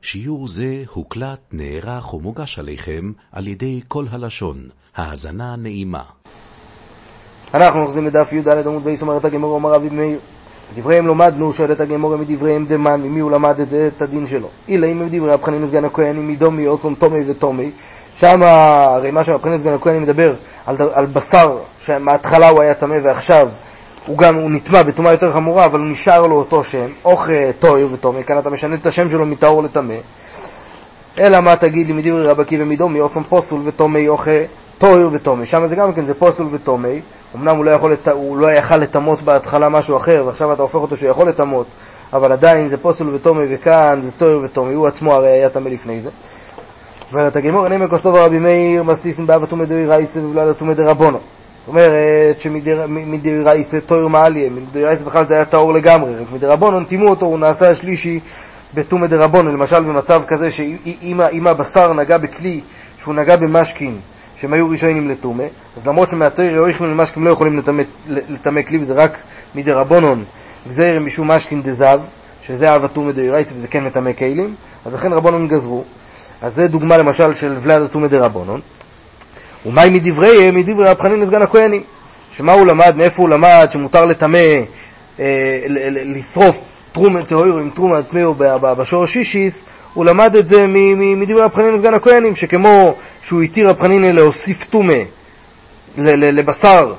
שיעור זה הוקלט, נערך ומוגש עליכם על ידי כל הלשון. האזנה נעימה. אנחנו אוחזים בדף י' עמוד בייס. אומרת הגמרא, אומר רבי מאיר, דבריהם לומדנו, שואלת הגמרא, מדבריהם דמן, ממי הוא למד את זה, את הדין שלו? אילה אם מדברי רב חנינא סגן הכהן, מדומי אוסום תומי ותומי. שם הרי מה שרב חנינא סגן הכהן מדבר על בשר שמההתחלה הוא היה טמא ועכשיו הוא נטמא בטומאה יותר חמורה, אבל הוא נשאר לו אותו שם, אוכל טויר ותומי. כאן אתה משנה את השם שלו מטהור לטמא. אלא מה תגיד לי מדברי רב עקיבא מדומי אוסום פוסול ותומי אוכל טויר ותומי. שם זה גם כן, זה פוסול ותומי. אמנם הוא לא יכל לטמות בהתחלה משהו אחר, ועכשיו אתה הופך אותו שהוא יכול לטמות, אבל עדיין זה פוסול ותומי, וכאן זה טויר ותומי. הוא עצמו הרי היה טמא לפני זה. אומרת הגמרא, נמי כוסטוב רבי מאיר מסטיסין באב תומא דאורייתא ובלעד תומא דרבנן. זאת אומרת שמדאורייתא טויר מעליה, מדאורייתא בכלל זה היה טהור לגמרי, רק מדרבנן טימאו אותו, הוא נעשה השלישי בתומא דרבנן. למשל במצב כזה שאם הבשר נגע בכלי שהוא נגע במשקין שהם היו ראשונים לטומא, אז למרות שמהתורה אויכלין למשקין לא יכולים לטמא כלי, וזה רק מדרבנן גזירא משום משקין דזב, שזה אב תומא דאורייתא וזה כן מטמא כלים, אז לכן רבנן גזרו. אז זה דוגמה למשל של ולד תומא דרבנן. ומאי מדברי רב חנינא סגן הכהנים, שמה הוא למד, מאיפה הוא למד שמותר לטמא, לשרוף תרומה טהור עם תרומה טמאו בשורש שישיס. הוא למד את זה מדברי רב חנינא סגן הכהנים, שכמו שהוא התיר רב חנינא להוסיף טומא לבשר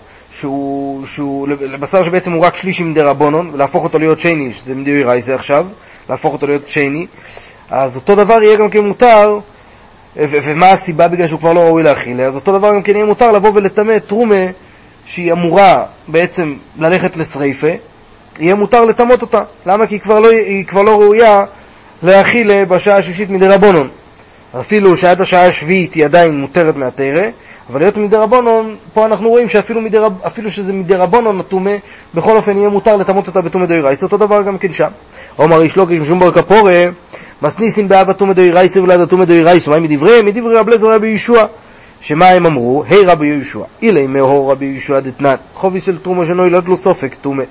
לבשר שבעצם הוא רק שלישי מדרבנן, ולהפוך אותו להיות שני, שזה מדאורייתא עכשיו, להפוך אותו להיות שני, אז אותו דבר יהיה גם כן מותר. ומה הסיבה? בגלל שהוא כבר לא ראוי להאכיל. אז אותו דבר גם כן יהיה מותר לבוא ולטמא תרומה שהיא אמורה בעצם ללכת לשריפה, יהיה מותר לטמאות אותה. למה? כי היא כבר לא ראויה להאכיל בשעה השישית מדרבנן. אפילו שעד השעה השביעית היא עדיין מותרת מהתורה, אבל להיות מדרבנן, פה אנחנו רואים שאפילו שזה מדרבנן התומא, בכל אופן יהיה מותר לטמאות אותה בתומא דאורייתא. אותו דבר גם כן שם. אומר איש לוקיש משום בר כפורה, מסניסים באב תומא דאורייתא ולעד תומא דאורייתא. מה מדברי רב אליעזר רבי יהושע, שמה הם אמרו? היי רבי יהושע, אילי מאור רבי יהושע דתנן, חוביס של תרומה שנולד לו סופק תומא.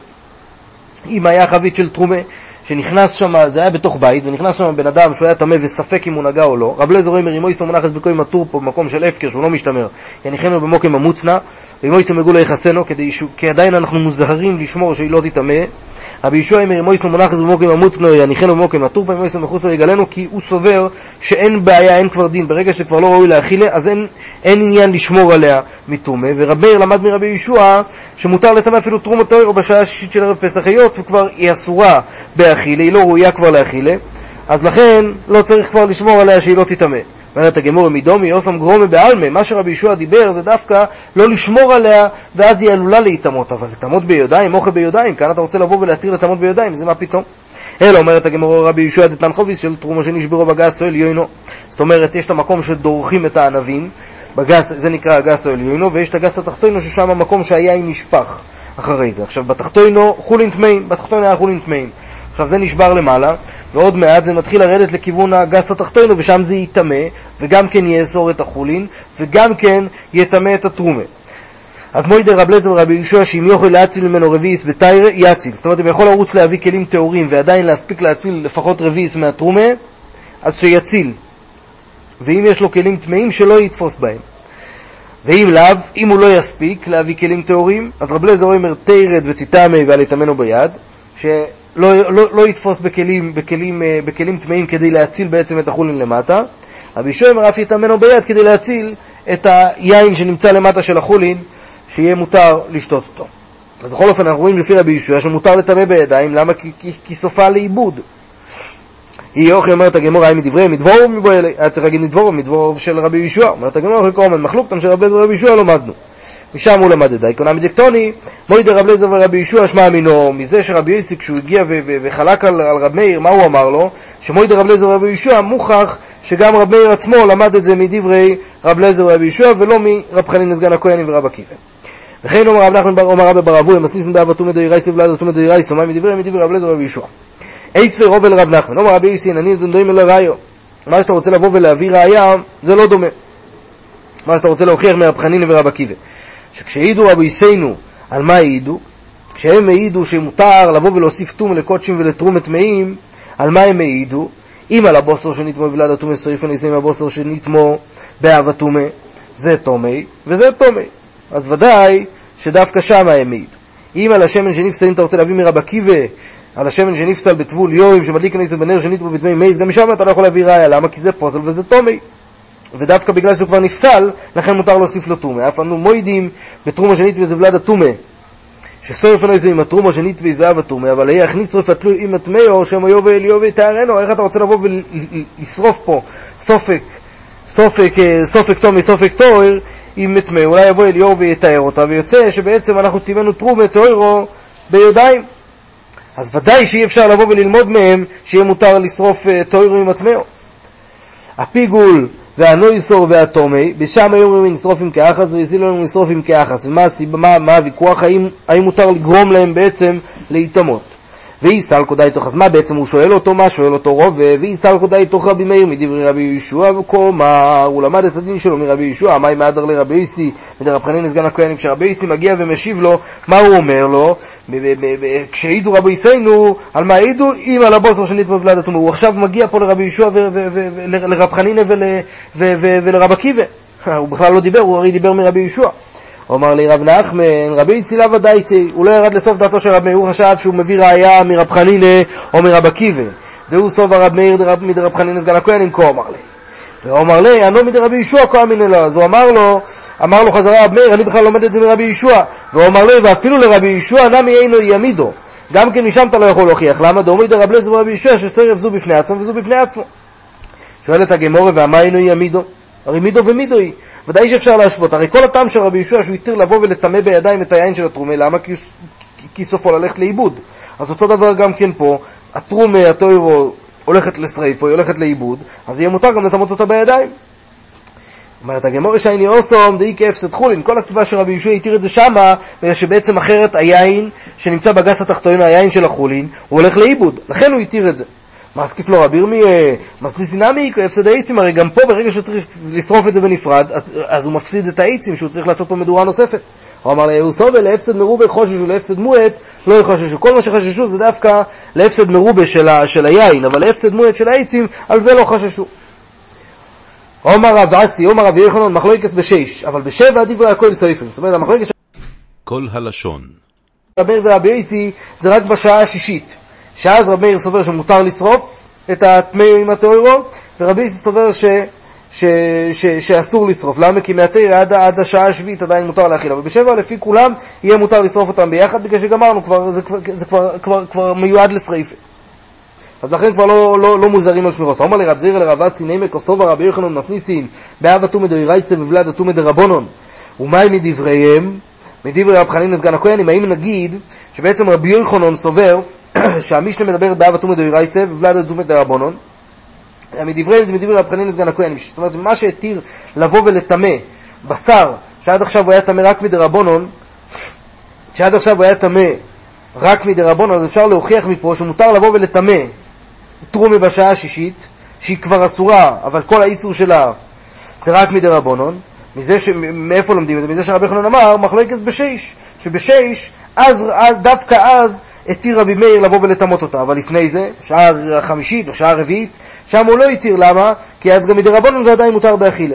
אם היה חבית של תרומה שנכנס שם, זה היה בתוך בית, ונכנס שם בן אדם שהוא היה טמא וספק אם הוא נגע או לא, רב אליעזר אומר, אם מויסו מונחס בקוי מטור פה במקום של הפקר שהוא לא משתמר, יניחנו במוקם המוצנע, ואם מויסו מגולה יחסנו, כי עדיין אנחנו מוזהרים לשמור שהיא לא תטמא. רבי יהושע אומר, אם מויסו מונחס במוקם המוצנע, יניחנו במוקם מטור פה, אם מויסו מחוסר יגלנו, כי הוא סובר שאין בעיה, אין כבר דין, ברגע שכבר לא ראוי להאכילה, אז אין עניין לשמור עליה מטומא. ורב מאיר למד מרבי יהושע שמותר לטמא אפילו תרומה טהור או בשעה השישית של ערב פסח, היות וכבר היא אסורה באכילה, היא לא ראויה כבר לאכילה, אז לכן לא צריך כבר לשמור עליה שהיא לא תטמא. אומרת הגמרא, מדומי אוסם גרומה בעלמא, מה שרבי יהושע דיבר זה דווקא לא לשמור עליה ואז היא עלולה להיטמאות, אבל לטמאות בידיים, אוכל בידיים, כאן אתה רוצה לבוא ולהתיר לטמאות בידיים, זה מה פתאום? אלא אומרת הגמרא, רבי יהושע דתנן חוביס של תרומה שנשברו בגס או עליונו. זאת אומרת, יש את המקום שדורכים את הענבים בגס, זה נקרא הגס או עליונו, ויש את הגס התחתונו ששם המקום שהיין נשפך אחרי זה. עכשיו בתחתונו חולין טמאים, בתחתונו היה חולין טמאים. עכשיו זה נשבר למעלה, ועוד מעט זה מתחיל לרדת לכיוון הגס התחתונו, ושם זה יטמא, וגם כן יאסור את החולין, וגם כן יטמא את התרומה. אז מוידר רב אליעזר ורבי יהושע, שאם יכול להציל ממנו רביעיס בתיירה, יציל. זאת אומרת, אם יכול לרוץ להביא כלים טהורים, ועדיין להספיק להציל לפחות רביעיס מהתרומה, אז שיציל. ואם יש לו כלים טמאים, שלא יתפוס בהם. ואם לאו, אם הוא לא יספיק להביא כלים טהורים, אז רב אליעזר אומר, תירד ותטמא ועל יטמנו ביד, לא יתפוס בכלים טמאים כדי להציל בעצם את החולין למטה. רבי יהושע אומר, אף יטמנו ביד כדי להציל את היין שנמצא למטה של החולין, שיהיה מותר לשתות אותו. אז בכל אופן אנחנו רואים לפי רבי יהושע שמותר לטמא בידיים. למה? כי סופה לאיבוד. היא אוכל, אומרת הגמרא, האם מדברי מדבורוב מבוא אלי, היה צריך להגיד מדבורוב של רבי יהושע. אומרת הגמרא, קורמן מחלוקתן של רבי אליעזר ורבי יהושע למדנו. משם הוא למד את דייקונה מדקטוני, מוידר רב אליעזר ורבי יהושע שמע מינו, מזה שרבי יוסי כשהוא הגיע וחלק על רב מאיר, מה הוא אמר לו? שמוידר רב אליעזר ורבי יהושע מוכח שגם רב מאיר עצמו למד את זה מדברי רב אליעזר ורבי יהושע, ולא מרב חנינא סגן הכהנים ורב עקיבא. וכן אומר רב נחמן אומר רבי בר אבויה, מסניסין באב תומא דאורייתא ולעד תומא דאורייתא, מה מדברי רב אליעזר ורבי יהושע. אי ספר רוב אל רב נחמן, אומר רבי יוסי, אני דומים אל הראיו. מה שאתה רוצה לבוא ולהביא ראיה, זה לא דומה. מה שאתה רוצה להוכיח מרב חנינא ורב עקיבא. שכשהעידו רבי יסינו, על מה העידו? כשהם העידו שמותר לבוא ולהוסיף תום לקודשים ולתרומת טמאים, על מה הם העידו? אם על הבוסר שנתמו בבלד התומה שריפן ניסים הבוסר שנתמו באב התומה, זה תומי וזה תומי. אז ודאי שדווקא שם העמיד. אם על השמן שנפסל, אם אתה רוצה להביא מרב עקיבא, על השמן שנפסל בטבול יום, שמדליק ניסו בנר שנתמו בדמי מייס, גם משם אתה לא יכול להביא ראיה. למה? כי זה פוסל וזה תומי. ודווקא בגלל שהוא כבר נפסל, לכן מותר להוסיף לו תומה. אף אנו מוידים בתרומה שנתמו בבלד התומה. ששורף הנויזו עם התרומה שנתוויז באב התומה, אבל היה הכניס שרוף התלוי עם התמאו, שם היובה אליובה יתארנו. איך אתה רוצה לבוא ולשרוף פה סופק תומי, סופק תואר עם התמאו? אולי יבוא אליובה ויתאר אותה, ויוצא שבעצם אנחנו תימנו תרומה תוארו ביודיים. אז ודאי שאי אפשר לבוא וללמוד מהם שיהיה מותר לשרוף תוארו עם התמאו. הפיגול והנויסור והתומי, בשם היום אומרים נשרופים כאחס, ויסיל לנו נשרופים כאחס. ומה הסיבה, מה הוויכוח, האם מותר לגרום להם בעצם להתאמות? ויסל קודאי תוך, אז מה בעצם הוא שואל אותו? מה שואל אותו רוב? ויסל קודאי תוך רבי מאיר מדברי רבי ישוע, וכמה הוא למד את הדין שלו מרבי ישוע, מה אם האדר לרבי יסי, מדרב חנין סגן הכהנים, כשרבי יסי מגיע ומשיב לו, מה הוא אומר לו? כשעידו רבי יסינו, על מה עידו? אם על הבוסר שנתמו בבלד התומה. הוא עכשיו מגיע פה לרבי ישוע ולרב חנין ולרב עקיבא. הוא בכלל לא דיבר, הוא הרי דיבר מרבי ישוע. הוא אמר לי רב נחמן, רבי יצילה ודאיתי, הוא לא ירד לסוף דעתו של רב מאיר, הוא חשב שהוא מביא ראיה מרב חנינא או מרב עקיבא. דהו סוף הרב מאיר מדרב חנינא סגן הכהנים, כה אמר לי. והוא אמר לי, אני לא מדרבי ישוע כה אמינא לו. אז הוא אמר לו חזרה רב מאיר, אני בכלל לומד את זה מרבי ישוע. והוא אמר לי, ואפילו לרבי ישוע נמי אינו ימידו. גם כן משם אתה לא יכול להוכיח. למה? דאומרי דרב לזו ורבי ישוע שסרף זו בפני עצמו וזו בפני עצמו. שואלת הגמורה, והמה אינו ימידו? הרי מידו ומידו היא. ודאי שאפשר להשוות. הרי כל הטעם של רבי ישוע שהוא יתיר לבוא ולטמא בידיים את היין של התרומה. למה? כי סופו ללכת לאיבוד. אז אותו דבר גם כן פה, התרומה, התוירו, הולכת לשריפה, היא הולכת לאיבוד, אז יהיה מותר גם לטמאות אותה בידיים. אומרת הגמורה שייני אוסום, דאי כאפסד חולין. כל הסיבה שרבי ישוע יתיר את זה שמה, בגלל שבעצם אחרת היין שנמצא בגס התחתון, היין של החולין, הוא הולך לאיבוד. לכן הוא יתיר את זה. מסקיף לו רבי ירמי, מסניסי נמי, הפסד העיצים, הרי גם פה ברגע שהוא צריך לשרוף את זה בנפרד, אז הוא מפסיד את העיצים שהוא צריך לעשות פה מדורה נוספת. הוא אמר לה, הוא סובל להפסד מרובה חוששו, להפסד מועט לא יחששו. כל מה שחששו זה דווקא להפסד מרובה של היין, אבל להפסד מועט של העיצים, על זה לא חששו. אומר רב עשי, אומר רב יוחנן, מחלוקת בשש, אבל בשבע דברי הכל סויפים. זאת אומרת, המחלוקת כל הלשון. רבי מאיר ורבי יוסי זה רק בשעה השישית. שאז רבי מאיר סובר שמותר לשרוף את הטמאו עם התוארו, ורבי יוסי סובר שאסור לשרוף. למה? כי מהתיר עד השעה השביעית עדיין מותר להכיל, אבל בשבע לפי כולם יהיה מותר לשרוף אותם ביחד, בגלל שגמרנו, זה כבר מיועד לשריפה. אז לכן כבר לא מוזרים על שמירוס. אומר לרב זירא לרב אסי נעמק כוסטוב רבי יוחנן מסניסין באב התומה דאורייתא ובלד התומה דרבנן. ומה מדבריהם? מדברי רב חנינא סגן הכהנים, האם נגיד שבעצם רבי יוחנן סובר שהמשנה מדברת באב התומה דאורייתא ובלד התומה דרבנן? מדבריהם זה מדברי רב חנינא סגן הכהנים. זאת אומרת, מה שהתיר לבוא ולטמא בשר שעד עכשיו הוא היה טמא רק מדרבנן, אז אפשר להוכיח מפה שמותר לבוא ולטמא תרומה בשעה השישית, שהיא כבר אסורה, אבל כל האיסור שלה זה רק מדרבנן. מאיפה לומדים את זה? מזה שרבי יוחנן אמר מחלוקת בשש, שבשש דווקא אז התיר רבי מאיר לבוא ולטמאות אותה, אבל לפני זה, שעה החמישית או שעה הרביעית, שם הוא לא התיר. למה? כי אז גם מדרבנן זה עדיין מותר באכילה.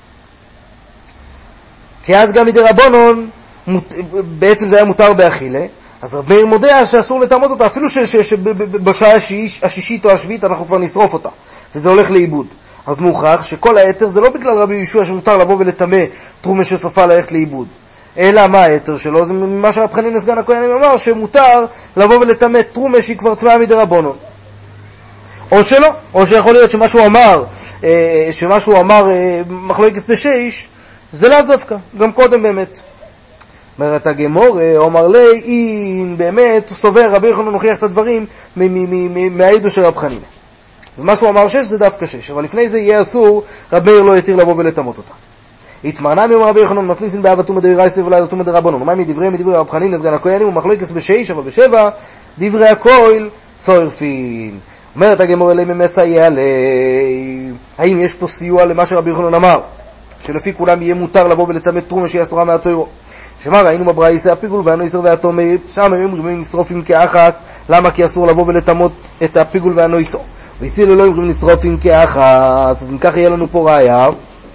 כי אז גם מדרבנן בעצם זה היה מותר באכילה, אז רבי מאיר מודע שאסור לטמאות אותה, אפילו שבשעה השישית או השביעית אנחנו כבר נשרוף אותה, וזה הולך לאיבוד. אז מוכרח שכל היתר זה לא בגלל רבי ישוע שמותר לבוא ולטמא תרומה שסופה ללכת לאיבוד, אלא מה היתר שלו? זה מה שרב חנינא סגן הכהנים אמר, שמותר לבוא ולטמא תרומה שהיא כבר טמאה מדרבנן. או שלא, או שיכול להיות שמה שהוא אמר מחלוקת בשש זה לאו דווקא, גם קודם באמת. אומרת הגמורה, אומר לי, אם באמת הוא סובר רבי יוחנן הוכיח את הדברים מהעידו של רב חנינא. ומה שהוא אמר שש זה דווקא שש, אבל לפני זה יהיה אסור, רבי מאיר לא יתיר לבוא ולטמאות אותה. התמרנה מיום רבי יוחנן מסניסין באב התומה דאורייתא ובלד התומה דרבנן. ומה מדברי רב חנינא סגן הכהנים ומחלוקת בשש, אבל בשבע דברי הכל סורפין. אומרת הגמורה לי ממסייע לי, האם יש פה סיוע למה שרבי יוחנן אמר, שלפי כולם יהיה מותר לבוא ולטמא תרומה שהיא אסורה מהתורה? שמה ראינו בברייתא הפיגול והנויסר והתומי, שם היום גמרים לשרוף עם כאחס. למה? כי אסור לבוא ולטמאות את הפיגול והנויסר. והציל אלוהים יכולים לשרוף עם כאחס. אז אם כך יהיה לנו פה ראיה,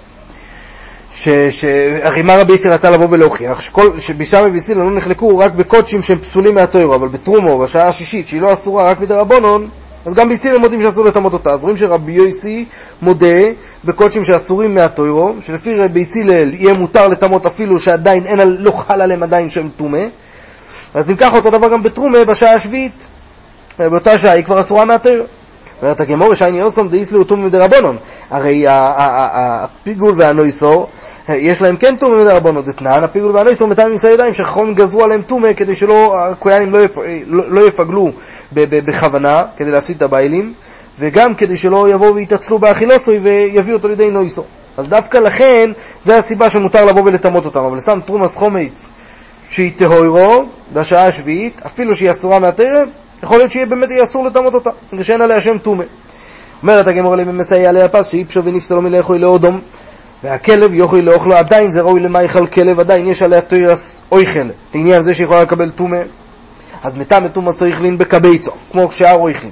הרי מה רבי יוסי רצה לבוא ולהוכיח, שבשם והציל לא נחלקו רק בקודשים שהם פסולים מהתורה, אבל בתרומו, בשעה השישית, שהיא לא אסורה רק מדרבנון, אז גם בישראל הם מודים שאסור לטמות אותה. אז רואים שרבי יוסי מודה בקודשים שאסורים מהתורה, שלפי רבי יצילל יהיה מותר לטמות אפילו שעדיין לא חל עליהם עדיין שם טומא. אז אם ככה אותו דבר גם בתרומה בשעה השביעית, באותה שעה היא כבר אסורה מהתורה. אומרת הגמרא שייני יוסום דאיסלו טומא מדרבנון. הרי הפיגול והנויסור יש להם כן טומא מדרבנון דתנן, הפיגול והנויסור מטעמים ידיים שחכמים גזרו עליהם טומא כדי שלא הכוהנים לא יפגלו בכוונה כדי להפסיד את הבעלים, וגם כדי שלא יבואו ויתעצלו באכילוסוי ויביאו אותו לידי נויסור. אז דווקא לכן זה הסיבה שמותר לבוא ולטמות אותם. אבל סתם תרומס חומץ שהיא טהורו בשעה השביעית, אפילו שהיא אסורה מהתורה, יכול להיות שיהיה באמת אסור לטמות אותה, כשאין עליה שם טומא. אומרת הגמרא לי במסייע עליה פס, שאיפשו ונפסלו מלאכוי לאודום, והכלב יוכוי לאוכלו, עדיין זה ראוי למאכל כלב, עדיין יש עליה תוירס אויכל, לעניין זה שיכולה לקבל טומא. אז מטמא טומאה אוכלין בקבייצו, כמו שאר אויכלין.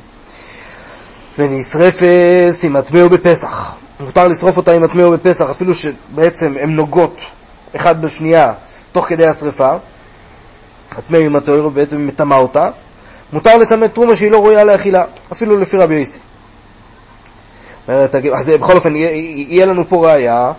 ונשרפס עם הטמאו בפסח. מותר לשרוף אותה עם הטמאו בפסח, אפילו שבעצם הן נוגעות אחד בשנייה תוך כדי השריפה. הטמאו עם התוירו בעצם מטמא אותה. מותר לטמא תרומה שהיא לא ראויה לאכילה, אפילו לפי רבי יוסי. אז בכל אופן, יהיה לנו פה ראיה,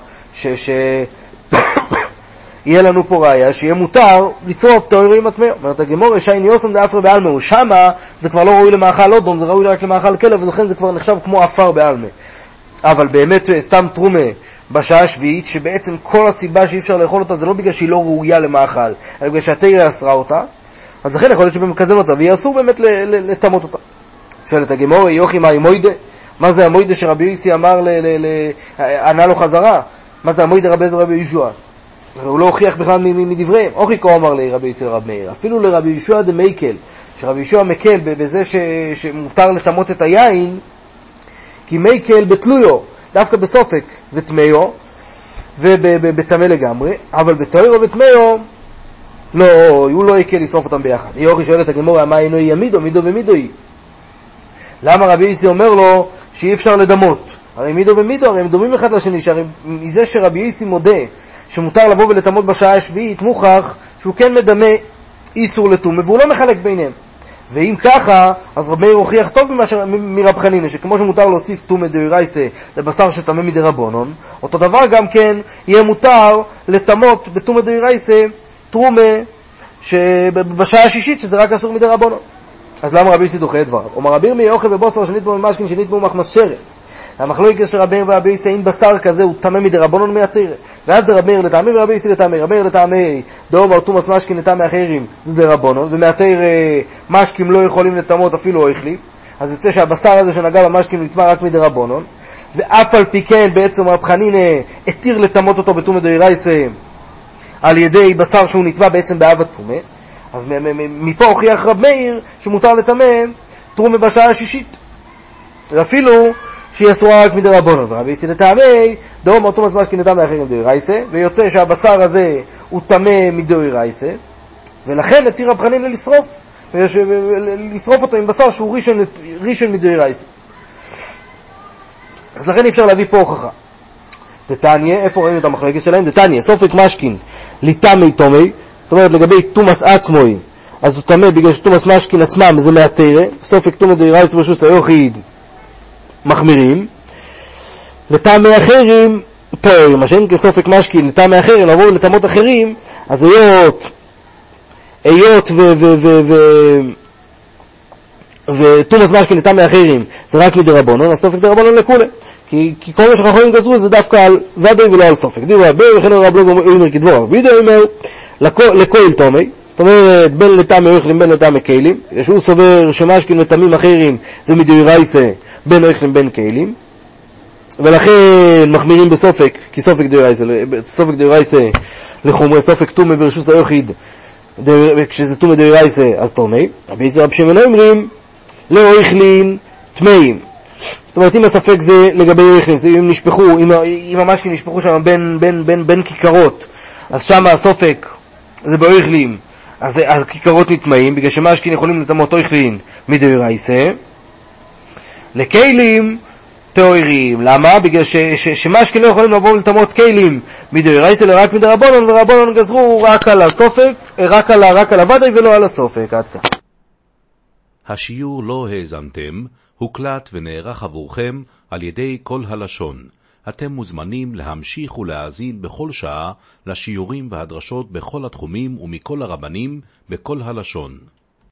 יהיה לנו פה ראיה שיהיה מותר לשרוף תוירו עם הטמאו. אומרת הגמרא, שייני יוסום דאפר בעלמא, שמה זה כבר לא ראוי למאכל אודום, זה ראוי רק למאכל כלב, ולכן זה כבר נחשב כמו אפר בעלמא. אבל באמת סתם תרומה בשעה השביעית, שבעצם כל הסיבה שאי אפשר לאכול אותה זה לא בגלל שהיא לא ראויה למאכל, אלא בגלל שהתורה אסרה אותה. אז לכן יכול להיות שבכזה מצב יהיה אסור באמת לטמות אותה. שואלת הגמרא, יוכי מה המוידה? מה זה המוידה שרבי יוסי אמר ענה לו חזרה? מה זה המוידה רבי עזרא רבי יהושע? הוא לא הוכיח בכלל מדבריהם. אוכי כה אמר לרבי יוסי לרב מאיר, אפילו לרבי יהושע דמייקל, שרבי יהושע מקל בזה שמותר לטמות את היין, כי מייקל בתלויו, דווקא בסופק וטמאו, ובטמא לגמרי, אבל בתוירו וטמאו, לא, הוא לא יקל לשרוף אותם ביחד. יוכי שואלת הגמרא, מה אינו ימידו, מידו ומידו היא? למה רבי יוסי אומר לו שאי אפשר לדמות? הרי מידו ומידו, הרי הם דומים אחד לשני, שהרי מזה שרבי יוסי מודה שמותר לבוא ולטמות בשעה השביעית, מוכח שהוא כן מדמה איסור לטומא, והוא לא מחלק ביניהם. ואם ככה, אז רב מאיר הוכיח טוב מרב חנינא, שכמו שמותר להוסיף טומא דאורייתא לבשר שטמא מדרבנן, אותו דבר גם כן יהיה מותר לטמות בטומא דאורייתא תרומה שבשעה השישית, שזה רק אסור מדרבנן. אז למה רבי יוסי דוחה את דבריו? אומר רבי ירמיה אוכל בבשר שנית בו ממשכין שנית בו מחמס שרץ. המחלוקת של רבי מאיר ורבי יוסי, אין בשר כזה הוא טמא מדרבנן מהתורה. ואז רבי מאיר לטעמי ורבי יוסי לטעמי. רבי מאיר לטעמי דאמר תומאס משכין לטעמי אחרים זה דרבנן, ומהתורה משקים לא יכולים לטמות אפילו אוכלי. אז יוצא שהבשר הזה שנגע במשקים נטמא רק מדרבנן, ואף על פי כן בעצם רב חנינא התיר לטמות אותו בטומא דאורייתא על ידי בשר שהוא נטמא בעצם באהבת טומא. אז מפה הוכיח רב מאיר שמותר לטמא תרומה בשעה השישית, ואפילו שהיא אסורה רק מדרבנן. ורבי יוסי לטעמי דאמר תומאס משכין לטעמי אחרים דאורייתא, ויוצא שהבשר הזה הוא טמא מדאורייתא, ולכן התיר רב חנינא לשרוף אותו עם בשר שהוא ראשון מדאורייתא. אז לכן אפשר להביא פה הוכחה. דתניא, איפה ראינו את המחלוקת שלהם? דתניא, סופק משכין לטמא טומא, זאת אומרת לגבי תומאס עצמוי, אז הוא טמא בגלל שתומאס משכין עצמם זה מהתורה, סופק טומא דאורייתא ברשות היחיד מחמירים, לטעמי אחרים טהורים, מה שאין כסופק משכין לטעמי אחרים, לבוא לטמאות אחרים, אז היות ותומאס משכין לטעמי אחרים זה רק מדרבנן, אז סופק דרבנן לכולה, כי כל מה שחכמים גזרו זה דווקא על ודאי ולא על סופק. דיבו רבי וכן רב לא אומר כדבור רבי אומר לכל טומא, זאת אומרת בין לטעמי אוכלים בין לטעמי כלים, שהוא סובר שמשכין לטעמים אחרים זה מדאורייתא בין אוכלים בין כלים, ולכן מחמירים בסופק, כי סופק דאורייתא לחומרי סופק טומא ברשות היחיד, כשזה טומא דאורייתא אז טומא. רבי יוסי רבי שמעון אומרים לא אוכלים טמאים, זאת אומרת אם הספק זה לגבי אוכלים, אם נשפכו, אם המשכין נשפכו שם בין כיכרות, אז שם הסופק זה באוכלים, אז הכיכרות נטמאים, בגלל שמשכין יכולים לטמאות אוכלים מדאורייתא. לכלים תאוירים. למה? בגלל שמשקה לא יכולים לבוא ולטמות כלים מדאורייתא אלא רק מדרבנן, ורבנן גזרו רק על הסופק, רק על הוודאי ולא על הסופק. עד כאן. השיעור לא האזנתם, הוקלט ונערך עבורכם על ידי כל הלשון. אתם מוזמנים להמשיך ולהאזין בכל שעה לשיעורים והדרשות בכל התחומים ומכל הרבנים בכל הלשון.